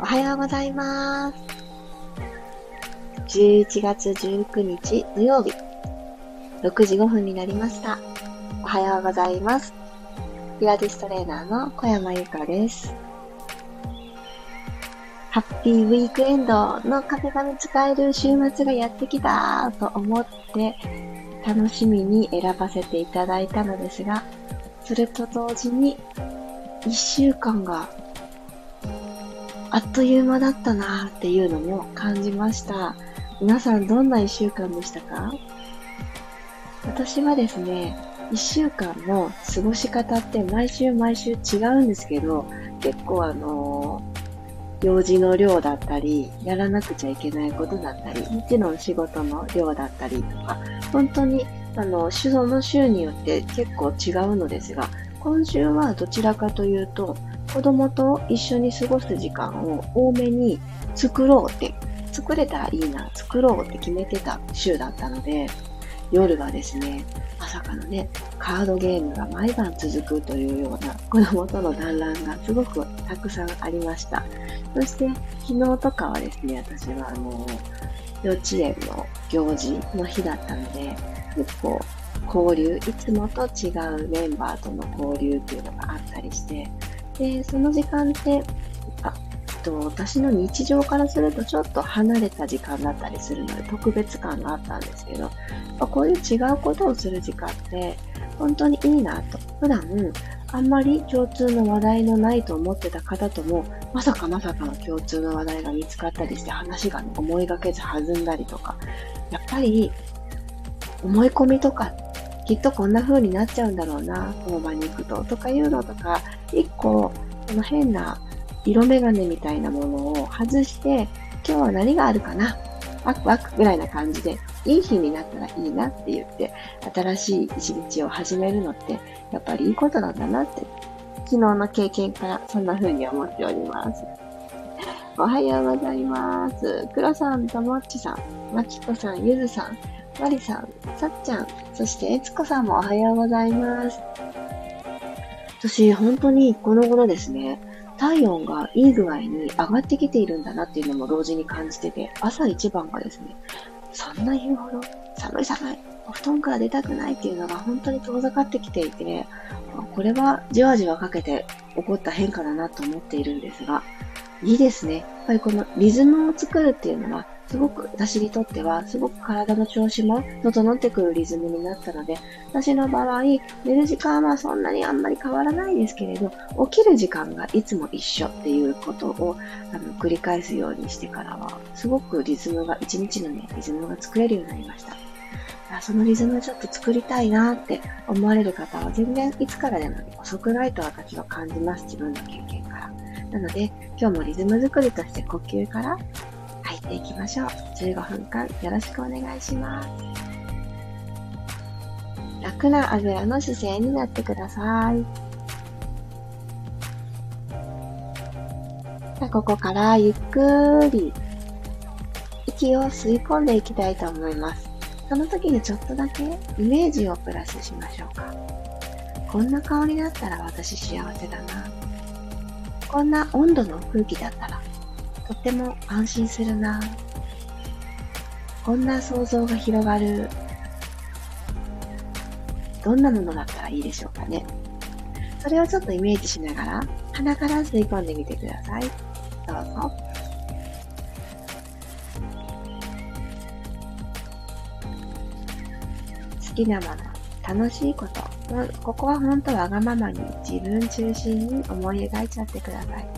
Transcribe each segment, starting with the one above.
おはようございます。11月19日土曜日、6時5分になりました。おはようございます。ピラティストレーナーの小山由かです。ハッピーウィークエンドの風が使える週末がやってきたと思って楽しみに選ばせていただいたのですが、それと同時に1週間があっという間だったなっていうのも感じました。皆さんどんな1週間でしたか？私はですね、1週間の過ごし方って毎週違うんですけど、結構用事の量だったり、やらなくちゃいけないことだったり、もちろん仕事の量だったりとか、本当にその週によって結構違うのですが、今週はどちらかというと、子供と一緒に過ごす時間を多めに作れたらいいな、作ろうって決めてた週だったので、夜はですね、まさかのね、カードゲームが毎晩続くというような子供との団らんがすごくたくさんありました。そして昨日とかはですね、私は幼稚園の行事の日だったので、結構交流、いつもと違うメンバーとの交流っていうのがあったりして、で、その時間って、私の日常からするとちょっと離れた時間だったりするので特別感があったんですけど、こういう違うことをする時間って本当にいいなと。普段あんまり共通の話題のないと思ってた方ともまさかの共通の話題が見つかったりして話が、思いがけず弾んだりとか、やっぱり思い込みとかきっとこんな風になっちゃうんだろうな、この場に行くとかいうのとか、一個この変な色眼鏡みたいなものを外して、今日は何があるかな、ワクワクぐらいな感じで、いい日になったらいいなって言って、新しい一日を始めるのって、やっぱりいいことなんだなって、昨日の経験からそんな風に思っております。おはようございます。黒さん、ともっちさん、まきこさん、ゆずさん、まりさん、さっちゃん、そしてえつこさんもおはようございます。私、本当にこの頃ですね、体温がいい具合に上がってきているんだなっていうのも同時に感じてて、朝一番がですね、そんな言うほど寒い、お布団から出たくないっていうのが本当に遠ざかってきていて、これはじわじわかけて起こった変化だなと思っているんですが、いいですね。やっぱりこのリズムを作るっていうのは、すごく私にとっては、すごく体の調子も整ってくるリズムになったので、私の場合、寝る時間はそんなにあんまり変わらないですけれど、起きる時間がいつも一緒っていうことを繰り返すようにしてからは、すごくリズムが、一日のね、リズムが作れるようになりました。そのリズムをちょっと作りたいなって思われる方は、全然いつからでも遅くないと私は感じます。自分の経験から。なので、今日もリズム作りとして呼吸から入っていきましょう。15分間よろしくお願いします。楽なあぐらの姿勢になってください。ここからゆっくり息を吸い込んでいきたいと思います。その時にちょっとだけイメージをプラスしましょうか。こんな香りだったら私幸せだな。こんな温度の空気だったらとっても安心するな。こんな想像が広がる。どんなものだったらいいでしょうかね。それをちょっとイメージしながら鼻から吸い込んでみてください。どうぞ。好きなもの、楽しいこと、ここは本当わがままに自分中心に思い描いちゃってください。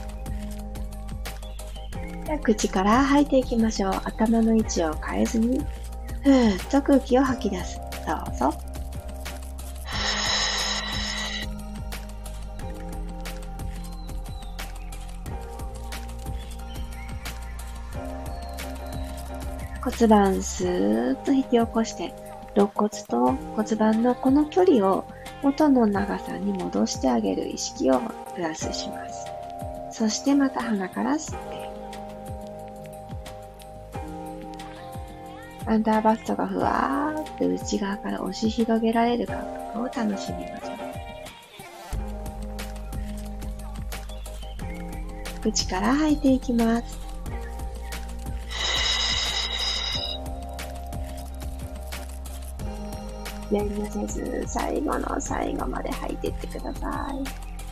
では口から吐いていきましょう。頭の位置を変えずに、ふーっと空気を吐き出す。どうぞ。骨盤スーッと引き起こして、肋骨と骨盤のこの距離を元の長さに戻してあげる意識をプラスします。そしてまた鼻から吸って、アンダーバストがふわーっと内側から押し広げられる感覚を楽しみましょう。 口から吐いていきます。遠慮せず、最後の最後まで吐いていってください。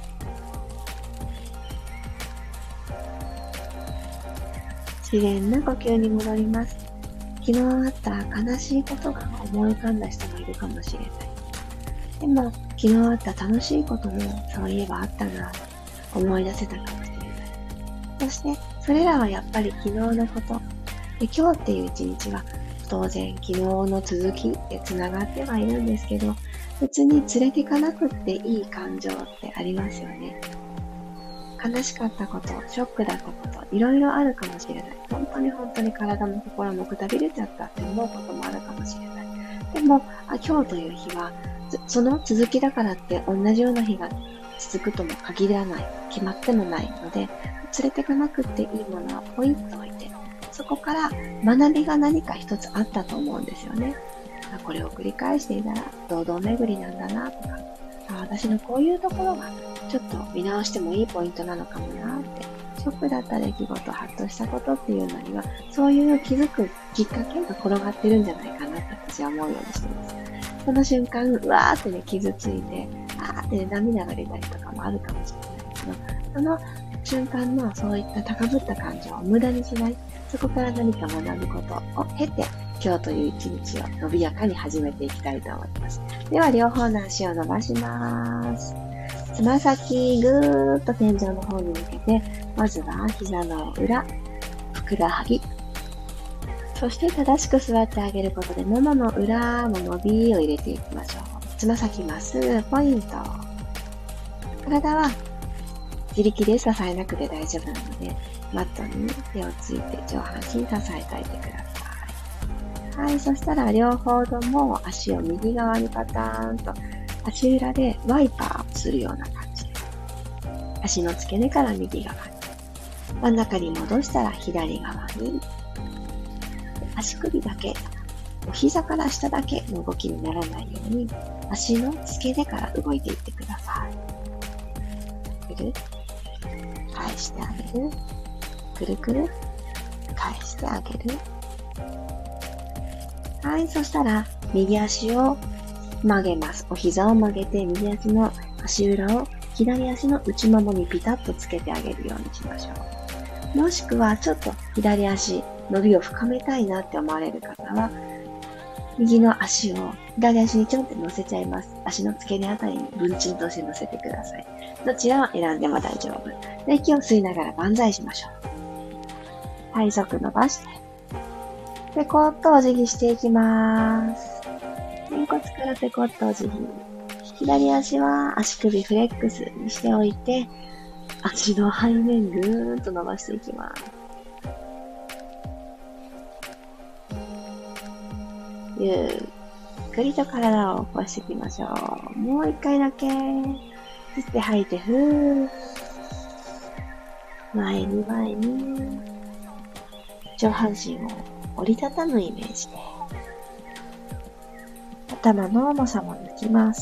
自然な呼吸に戻ります。昨日あった悲しいことが思い浮かんだ人もいるかもしれない。でも、昨日あった楽しいこともそういえばあったな、思い出せたかもしれない。そして、それらはやっぱり昨日のこと。で、今日っていう一日は当然昨日の続きで繋がってはいるんですけど、別に連れていかなくっていい感情ってありますよね。悲しかったこと、ショックだったこと、いろいろあるかもしれない。本当に体も心もくたびれちゃったって思うこともあるかもしれない。でも、今日という日は、その続きだからって同じような日が続くとも限らない、決まってもないので、連れてかなくっていいものはポインと置いて、そこから学びが何か一つあったと思うんですよね。これを繰り返していたら堂々巡りなんだなとか、私のこういうところがちょっと見直してもいいポイントなのかもなって、ショックだった出来事、ハッとしたことっていうのには、そういう気づくきっかけが転がってるんじゃないかなって私は思うようにしています。その瞬間、うわーってね、傷ついて、って涙が出たりとかもあるかもしれないけど、その瞬間のそういった高ぶった感情を無駄にしない、そこから何か学ぶことを経て、今日という一日を伸びやかに始めていきたいと思います。では、両方の足を伸ばします。つま先、ぐーっと天井の方に向けて、まずは膝の裏、ふくらはぎ。そして正しく座ってあげることで、ももの裏も伸びを入れていきましょう。つま先まっすぐ、ポイント。体は自力で支えなくて大丈夫なので、マットに手をついて上半身支えておいてください。はい、そしたら両方とも足を右側にパターンと足裏でワイパーをするような感じで、足の付け根から右側に、真ん中に戻したら左側に、足首だけ、お膝から下だけの動きにならないように、足の付け根から動いていってください。くる、返してあげる。くるくる、返してあげる。はい、そしたら、右足を曲げます。お膝を曲げて、右足の足裏を左足の内ももにピタッとつけてあげるようにしましょう。もしくは、ちょっと左足、伸びを深めたいなって思われる方は、右の足を左足にちょんって乗せちゃいます。足の付け根あたりに文鎮として乗せてください。どちらを選んでも大丈夫。で、息を吸いながら万歳しましょう。体側伸ばして。ペコッとお辞儀していきます。肩骨からペコッとお辞儀。左足は足首フレックスにしておいて、足の背面ぐーんと伸ばしていきます。ゆっくりと体を起こしていきましょう。もう一回だけ。吸って吐いて、ふー。前に前に。上半身を折りたたむイメージで。頭の重さも抜きます。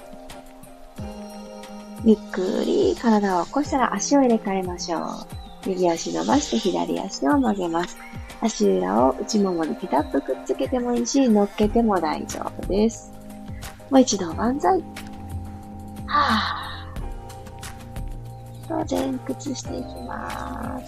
ゆっくり体を起こしたら足を入れ替えましょう。右足伸ばして左足を曲げます。足裏を内ももにピタッとくっつけてもいいし、乗っけても大丈夫です。もう一度万歳。はぁ。と前屈していきます。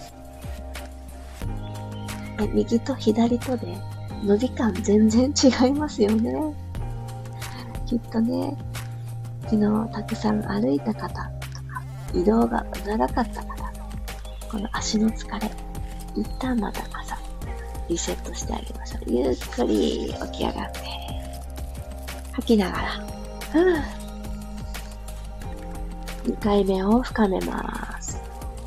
右と左とで伸び感全然違いますよね。きっとね、昨日たくさん歩いた方とか、移動が長かった方、この足の疲れ、一旦また朝、リセットしてあげましょう。ゆっくり起き上がって、吐きながら、2回目を深めます。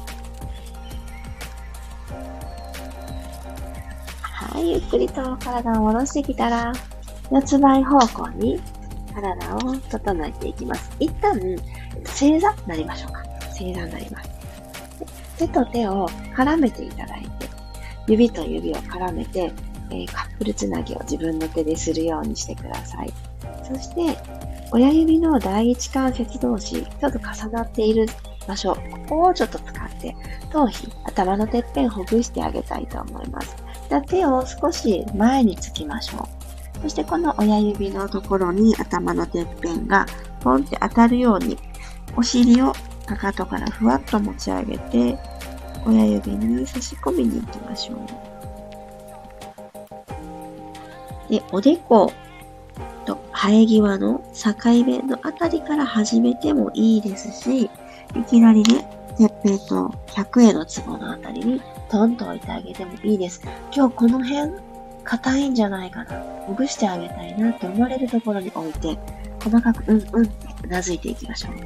はい、ゆっくりと体を戻してきたら、四つ倍方向に体を整えていきます。一旦、正座になりましょうか。正座になります。手と手を絡めていただいて、指と指を絡めて、カップルつなぎを自分の手でするようにしてください。そして、親指の第一関節同士、ちょっと重なっている場所、ここをちょっと使って、頭皮、頭のてっぺんほぐしてあげたいと思います。では手を少し前につきましょう。そしてこの親指のところに頭のてっぺんがポンって当たるように、お尻をかかとからふわっと持ち上げて、親指に差し込みに行きましょう。で、おでこと生え際の境目のあたりから始めてもいいですし、いきなりね、てっぺんと100円のツボのあたりにトンと置いてあげてもいいです。今日この辺硬いんじゃないかな、ほぐしてあげたいなって思われるところに置いて、細かくうんうんってうなずいていきましょう。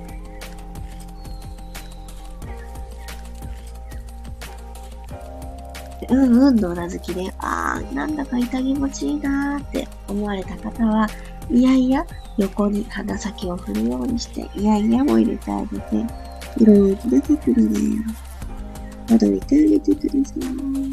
うんうんのうなずきで、なんだか痛気持ちいいなーって思われた方は、いやいや横に鼻先を振るようにして、いやいやも入れてあげて、いろいろなところでほどいてあげてください。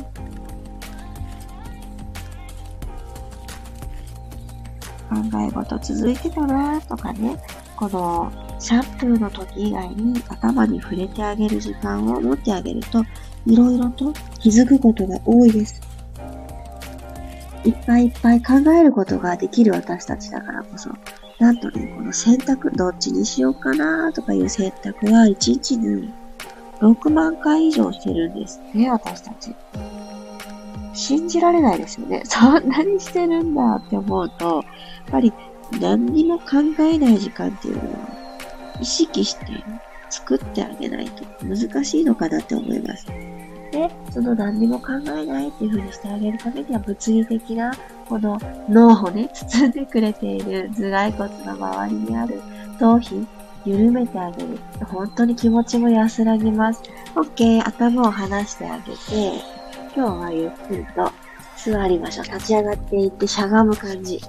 考え事続いてたなーとかね、このシャンプーの時以外に頭に触れてあげる時間を持ってあげると、いろいろと気づくことが多いです。いっぱいいっぱい考えることができる私たちだからこそ、なんとね、この選択、どっちにしようかなとかいう選択は1日に6万回以上してるんですね、私たち。信じられないですよね。そんなにしてるんだって思うと、やっぱり何にも考えない時間っていうのは意識して作ってあげないと難しいのかなって思います。で、その何にも考えないっていう風にしてあげるためには、物理的なこの脳をね、包んでくれている頭蓋骨の周りにある頭皮、緩めてあげる。本当に気持ちも安らぎます。OK、頭を離してあげて、今日はゆっくりと座りましょう。立ち上がっていってしゃがむ感じ。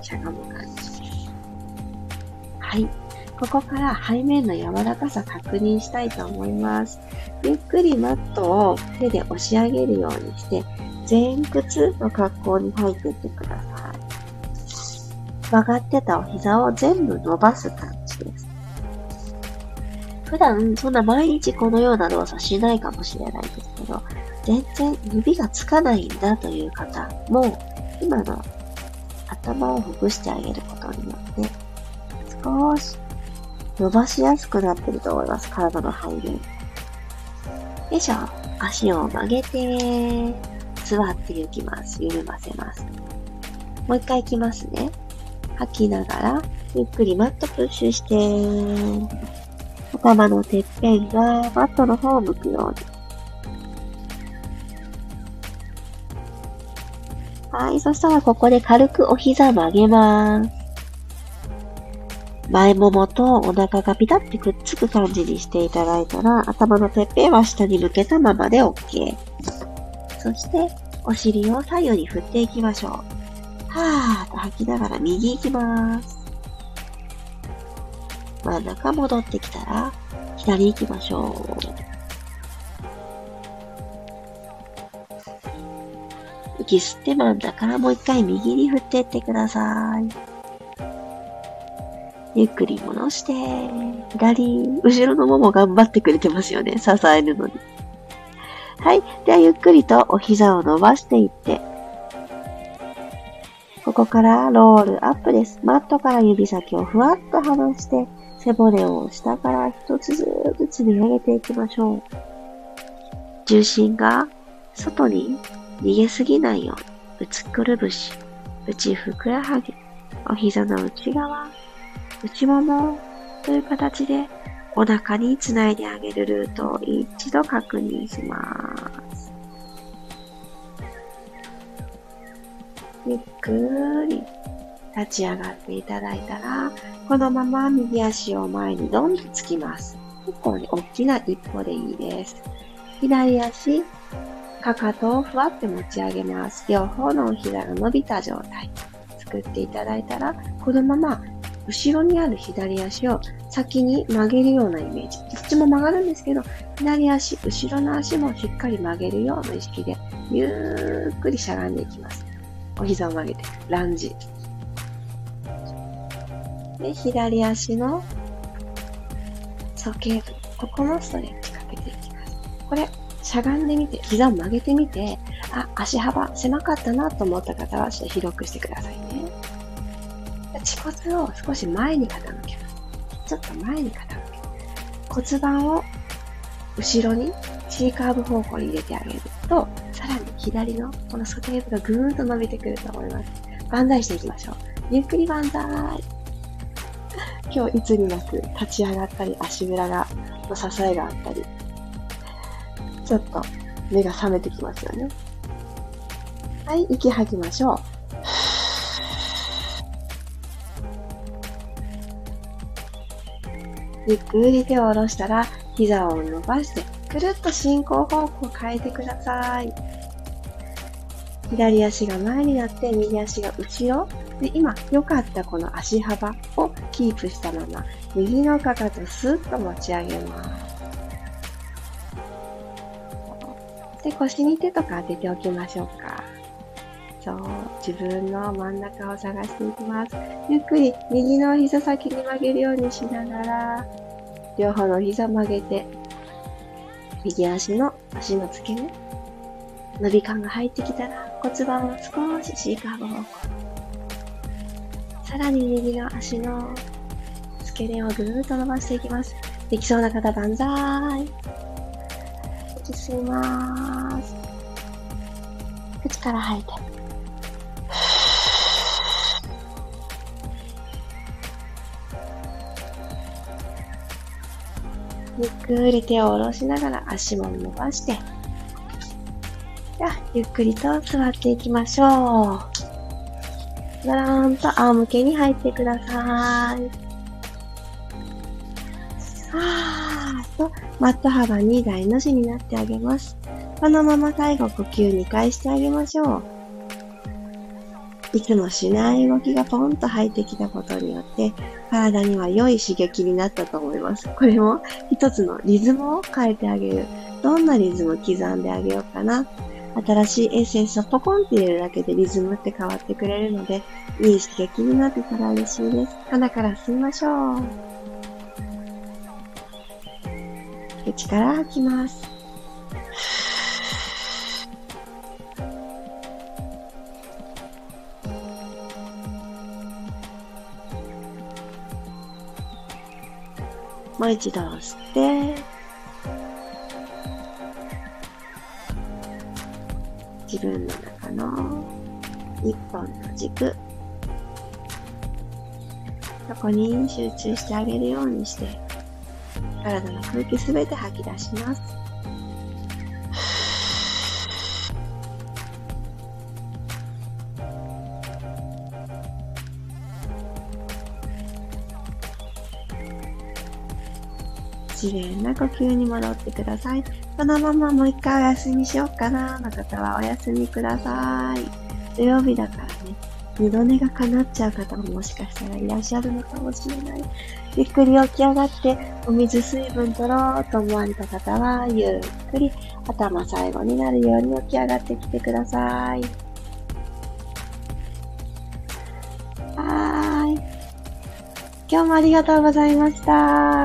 はい。ここから背面の柔らかさ確認したいと思います。ゆっくりマットを手で押し上げるようにして、前屈の格好に入っていってください。曲がってたお膝を全部伸ばす感じです。普段そんな毎日このような動作しないかもしれないですけど、全然指がつかないんだという方も、今の頭をほぐしてあげることによって、少し伸ばしやすくなってると思います。体の背面。よいしょ。足を曲げて、座っていきます。緩ませます。もう一回いきますね。吐きながら、ゆっくりマットプッシュして、頭のてっぺんがマットの方を向くように。はい、そしたらここで軽くお膝曲げます。前ももとお腹がピタッてくっつく感じにしていただいたら、頭のてっぺんは下に向けたままで OK。そして、お尻を左右に振っていきましょう。はーっと吐きながら右行きます。真ん中戻ってきたら、左行きましょう。息吸って真ん中、もう一回右に振っていってください。ゆっくり戻して、左、後ろのもも頑張ってくれてますよね。支えるのに。はい。ではゆっくりとお膝を伸ばしていって、ここからロールアップです。マットから指先をふわっと離して、背骨を下から一つずつ積み上げていきましょう。重心が外に逃げすぎないように、内くるぶし、内ふくらはぎ、お膝の内側、内ももという形でお腹につないであげるルートを一度確認します。ゆっくり立ち上がっていただいたら、このまま右足を前にドンとつきます。結構に大きな一歩でいいです。左足、かかとをふわって持ち上げます。両方のお膝が伸びた状態作っていただいたら、このまま後ろにある左足を先に曲げるようなイメージ。どっちも曲がるんですけど、左足、後ろの足もしっかり曲げるような意識で、ゆっくりしゃがんでいきます。お膝を曲げて、ランジ。で、左足の鼠径部。 ここもストレッチかけていきます。これ、しゃがんでみて、膝を曲げてみて、足幅狭かったなと思った方は、広くしてくださいね。恥骨を少し前に傾けます。ちょっと前に傾けます。骨盤を後ろに C カーブ方向に入れてあげると、さらに左のこの袖部がぐーんと伸びてくると思います。万歳していきましょう。ゆっくり万歳。今日いつになく立ち上がったり、足裏の支えがあったり、ちょっと目が覚めてきますよね。はい、息吐きましょう。ゆっくり手を下ろしたら、膝を伸ばして、くるっと進行方向を変えてください。左足が前になって、右足が後ろ。で、今、良かったこの足幅をキープしたまま、右のかかとスッと持ち上げます。で、腰に手とか当てておきましょうか。そう、自分の真ん中を探していきます。ゆっくり右の膝先に曲げるようにしながら、両方の膝曲げて、右足の付け根、伸び感が入ってきたら骨盤を少し C カーブ方向。さらに右の足の付け根をぐーっと伸ばしていきます。できそうな方、万歳。息吸います。口から吐いて。ゆっくり手を下ろしながら足も伸ばして、ではゆっくりと座っていきましょう。だらーんと仰向けに入ってください。マット幅2台の字になってあげます。このまま最後呼吸2回してあげましょう。いつもしない動きがポンと入ってきたことによって、体には良い刺激になったと思います。これも一つのリズムを変えてあげる。どんなリズムを刻んであげようかな。新しいエッセンスをポコンって入れるだけでリズムって変わってくれるので、いい刺激になってたら嬉しいです。鼻から吸いましょう。口から吐きます。もう一度吸って、自分の中の一本の軸、そこに集中してあげるようにして、体の空気すべて吐き出します。自然な呼吸に戻ってください。そのままもう一回お休みしようかなの方はお休みください。土曜日だからね、二度寝が叶っちゃう方ももしかしたらいらっしゃるのかもしれない。ゆっくり起き上がってお水水分取ろうと思われた方はゆっくり頭最後になるように起き上がってきてください。今日もありがとうございました。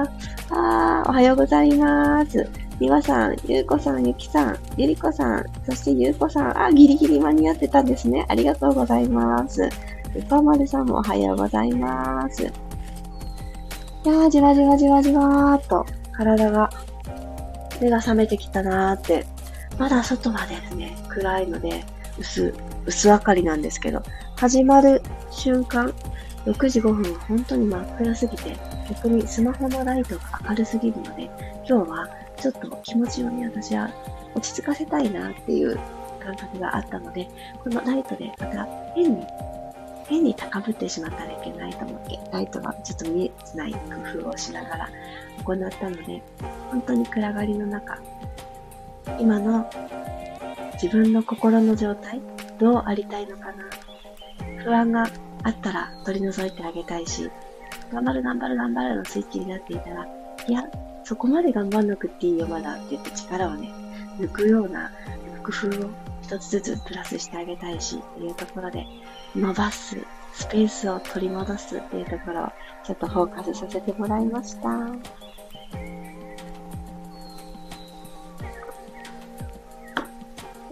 おはようございます。りわさん、ゆうこさん、ゆきさん、ゆりこさん、そしてゆうこさん、ギリギリ間に合ってたんですね。ありがとうございます。うぱまるさんもおはようございます。いやー、じわじわじわじわーっと、体が、目が覚めてきたなーって、まだ外はですね、暗いので、薄明かりなんですけど、始まる瞬間、6時5分は本当に真っ暗すぎて、逆にスマホのライトが明るすぎるので、今日はちょっと気持ちをね、私は落ち着かせたいなっていう感覚があったので、このライトでまた変に高ぶってしまったらいけないと思って、ライトがちょっと見えない工夫をしながら行ったので、本当に暗がりの中、今の自分の心の状態、どうありたいのかな。不安があったら取り除いてあげたいし、頑張るのスイッチになっていたら、いや、そこまで頑張んなくっていいよまだって言って力をね、抜くような工夫を一つずつプラスしてあげたいしっていうところで、伸ばす、スペースを取り戻すっていうところをちょっとフォーカスさせてもらいました。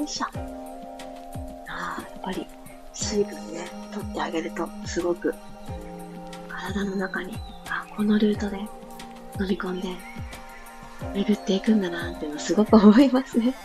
いしょ。やっぱり水分ね、取ってあげると、すごく体の中に、このルートで飲み込んで、巡っていくんだなっていうのをすごく思いますね。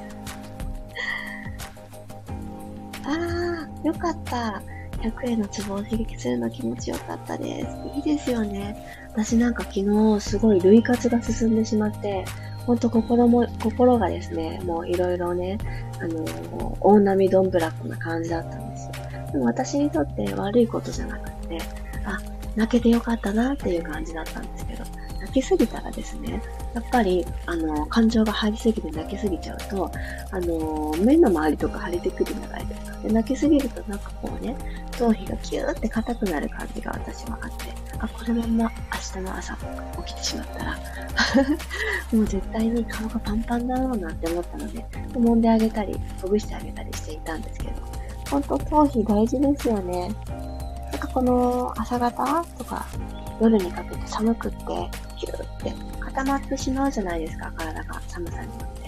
よかった。100円のツボを刺激するの気持ちよかったです。いいですよね。私なんか昨日すごい類活が進んでしまって、ほんと心がですね、もういろいろね、大波どんぶらこな感じだったんですよ。でも私にとって悪いことじゃなくて、泣けてよかったなっていう感じだったんですけど、泣きすぎたらですね、やっぱり、感情が入りすぎて泣きすぎちゃうと、目の周りとか腫れてくるじゃないですか。で、泣きすぎるとなんかこうね、頭皮がキューって硬くなる感じが私はあって、このまま明日の朝起きてしまったら、もう絶対に顔がパンパンだろうなって思ったので、揉んであげたり、ほぐしてあげたりしていたんですけど、ほんと頭皮大事ですよね。なんかこの朝方とか夜にかけて寒くってキューって固まってしまうじゃないですか、体が寒さによって。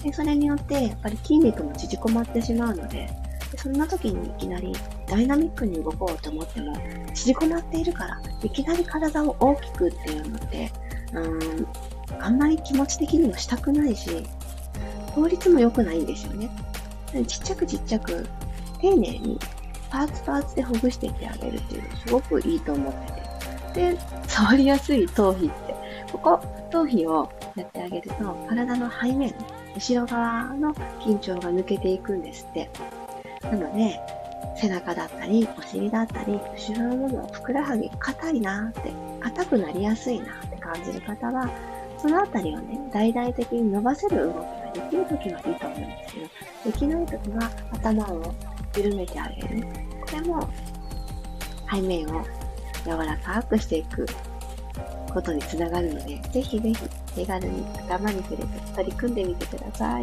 で、それによってやっぱり筋肉も縮こまってしまうので、そんな時にいきなりダイナミックに動こうと思っても縮こまっているから、いきなり体を大きくっていうのって、あんまり気持ち的にもしたくないし、効率も良くないんですよね。ちっちゃく丁寧にパーツでほぐしていってあげるっていうのすごくいいと思ってて。で、触りやすい頭皮って、頭皮をやってあげると、体の背面、後ろ側の緊張が抜けていくんですって。なので、背中だったり、お尻だったり、後ろのもの、ふくらはぎ、硬いなーって、硬くなりやすいなって感じる方は、そのあたりをね、大々的に伸ばせる動きができるときはいいと思うんですけど、できないときは頭を緩めてあげる。これも背面を柔らかくしていくことにつながるので、ぜひぜひ手軽に頭に触れて取り組んでみてください。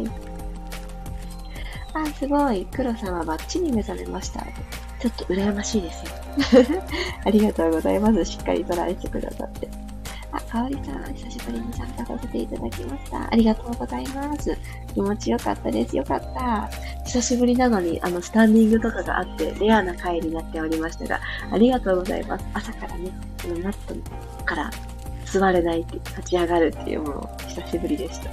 すごい。黒さんはバッチリ目覚めました。ちょっと羨ましいですよ。ありがとうございます。しっかりトライしてくださって。かおりさん、久しぶりに参加させていただきました。ありがとうございます。気持ちよかったです。よかった。久しぶりなのに、スタンディングとかがあって、レアな回になっておりましたが、ありがとうございます。朝からね、マットから座れないって、立ち上がるっていうものを久しぶりでした。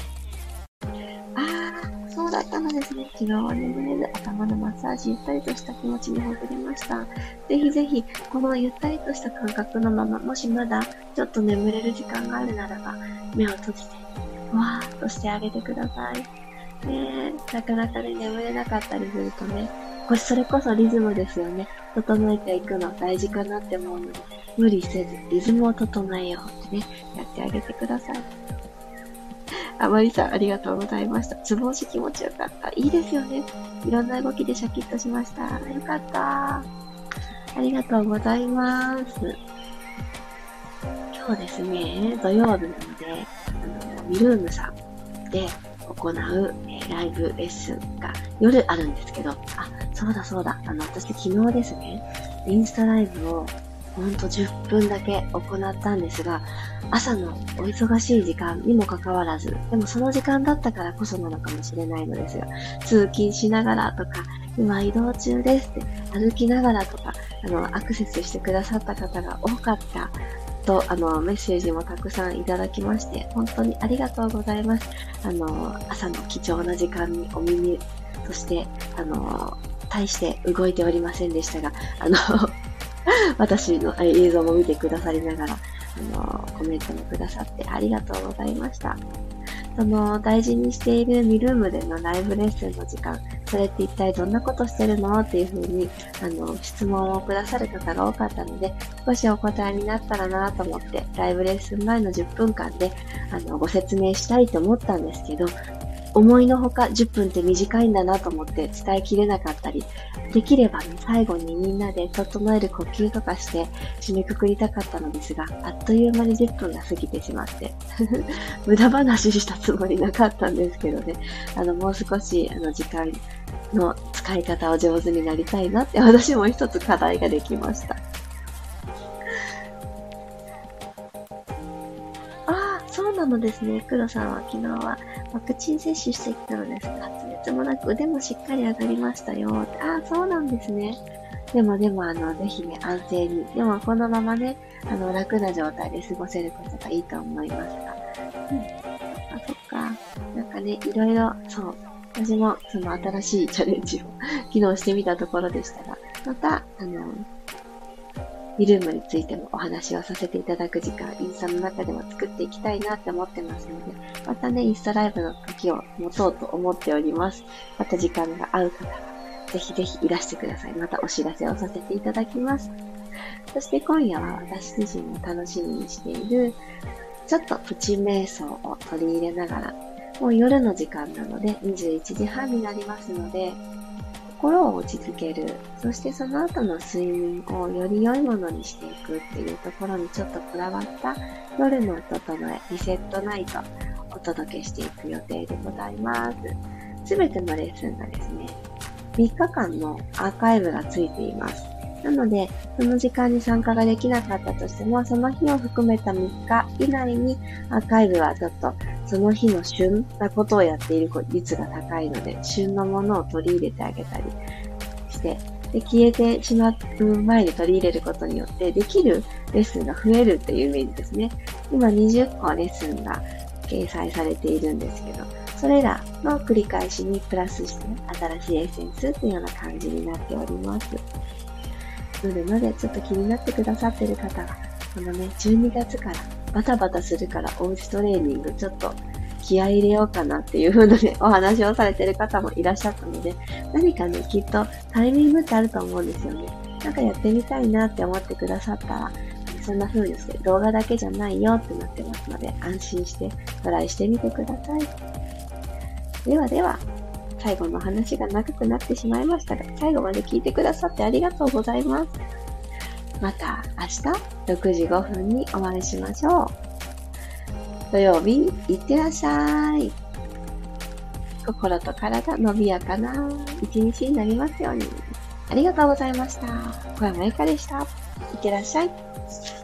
そうだったのですね。昨日は眠れず頭のマッサージゆったりとした気持ちにほぐれました。ぜひぜひ、このゆったりとした感覚のまま、もしまだちょっと眠れる時間があるならば、目を閉じて、わーっとしてあげてください。なかなかね、眠れなかったりするとね、それこそリズムですよね。整えていくの大事かなって思うので、無理せずリズムを整えようってね、やってあげてください。マリさん、ありがとうございました。つぼ押し気持ちよかった。いいですよね。いろんな動きでシャキッとしました。よかった。ありがとうございます。今日ですね、土曜日なので、ミルームさんで行う、ライブレッスンが夜あるんですけど、そうだ。私昨日ですね、インスタライブをほんと10分だけ行ったんですが、朝のお忙しい時間にもかかわらず、でもその時間だったからこそなのかもしれないのですが、通勤しながらとか、今移動中ですって歩きながらとか、アクセスしてくださった方が多かったと、メッセージもたくさんいただきまして、本当にありがとうございます。朝の貴重な時間にお耳、そして、大して動いておりませんでしたが、私の映像も見てくださりながら、コメントもくださってありがとうございました。大事にしているミルームでのライブレッスンの時間、それって一体どんなことしてるのっていう風に、質問をくださる方が多かったので、少しお答えになったらなと思って、ライブレッスン前の10分間で、ご説明したいと思ったんですけど、思いのほか10分って短いんだなと思って伝えきれなかったり、できればね、最後にみんなで整える呼吸とかして締めくくりたかったのですが、あっという間に10分が過ぎてしまって、無駄話したつもりなかったんですけどね、もう少し時間の使い方を上手になりたいなって私も一つ課題ができました。そうななのですね。黒さんは昨日はワクチン接種してきたのですが、発熱もなく腕もしっかり上がりましたよ。ああ、そうなんですね。でも、ぜひね、安静に。でも、このままね、楽な状態で過ごせることがいいと思いますが。そっか。なんかね、いろいろ、そう。私も、その新しいチャレンジを昨日してみたところでしたが、また、リルームについてもお話をさせていただく時間、インスタの中でも作っていきたいなって思ってますので、またね、インスタライブの時を持とうと思っております。また時間が合う方は、ぜひぜひいらしてください。またお知らせをさせていただきます。そして今夜は私自身も楽しみにしている、ちょっとプチ瞑想を取り入れながら、もう夜の時間なので21時半になりますので、心を落ち着ける、そしてその後の睡眠をより良いものにしていくっていうところにちょっとこだわった夜の整え、リセットナイトをお届けしていく予定でございます。すべてのレッスンがですね、3日間のアーカイブがついています。なので、その時間に参加ができなかったとしても、その日を含めた3日以内にアーカイブはちょっとその日の旬なことをやっている率が高いので、旬のものを取り入れてあげたりして、で消えてしまう前に取り入れることによって、できるレッスンが増えるっていうイメージですね。今20個レッスンが掲載されているんですけど、それらの繰り返しにプラスして新しいエッセンスというような感じになっております。ので、ちょっと気になってくださっている方は、このね、12月からバタバタするからおうちトレーニングちょっと気合い入れようかなっていう風なね、お話をされている方もいらっしゃったので、何かね、きっとタイミングってあると思うんですよね。なんかやってみたいなって思ってくださったら、そんな風にして動画だけじゃないよってなってますので、安心してトライしてみてください。では、最後の話が長くなってしまいましたが、最後まで聞いてくださってありがとうございます。また明日6時5分にお会いしましょう。土曜日、いってらっしゃい。心と体伸びやかな一日になりますように。ありがとうございました。小山由かでした。いってらっしゃい。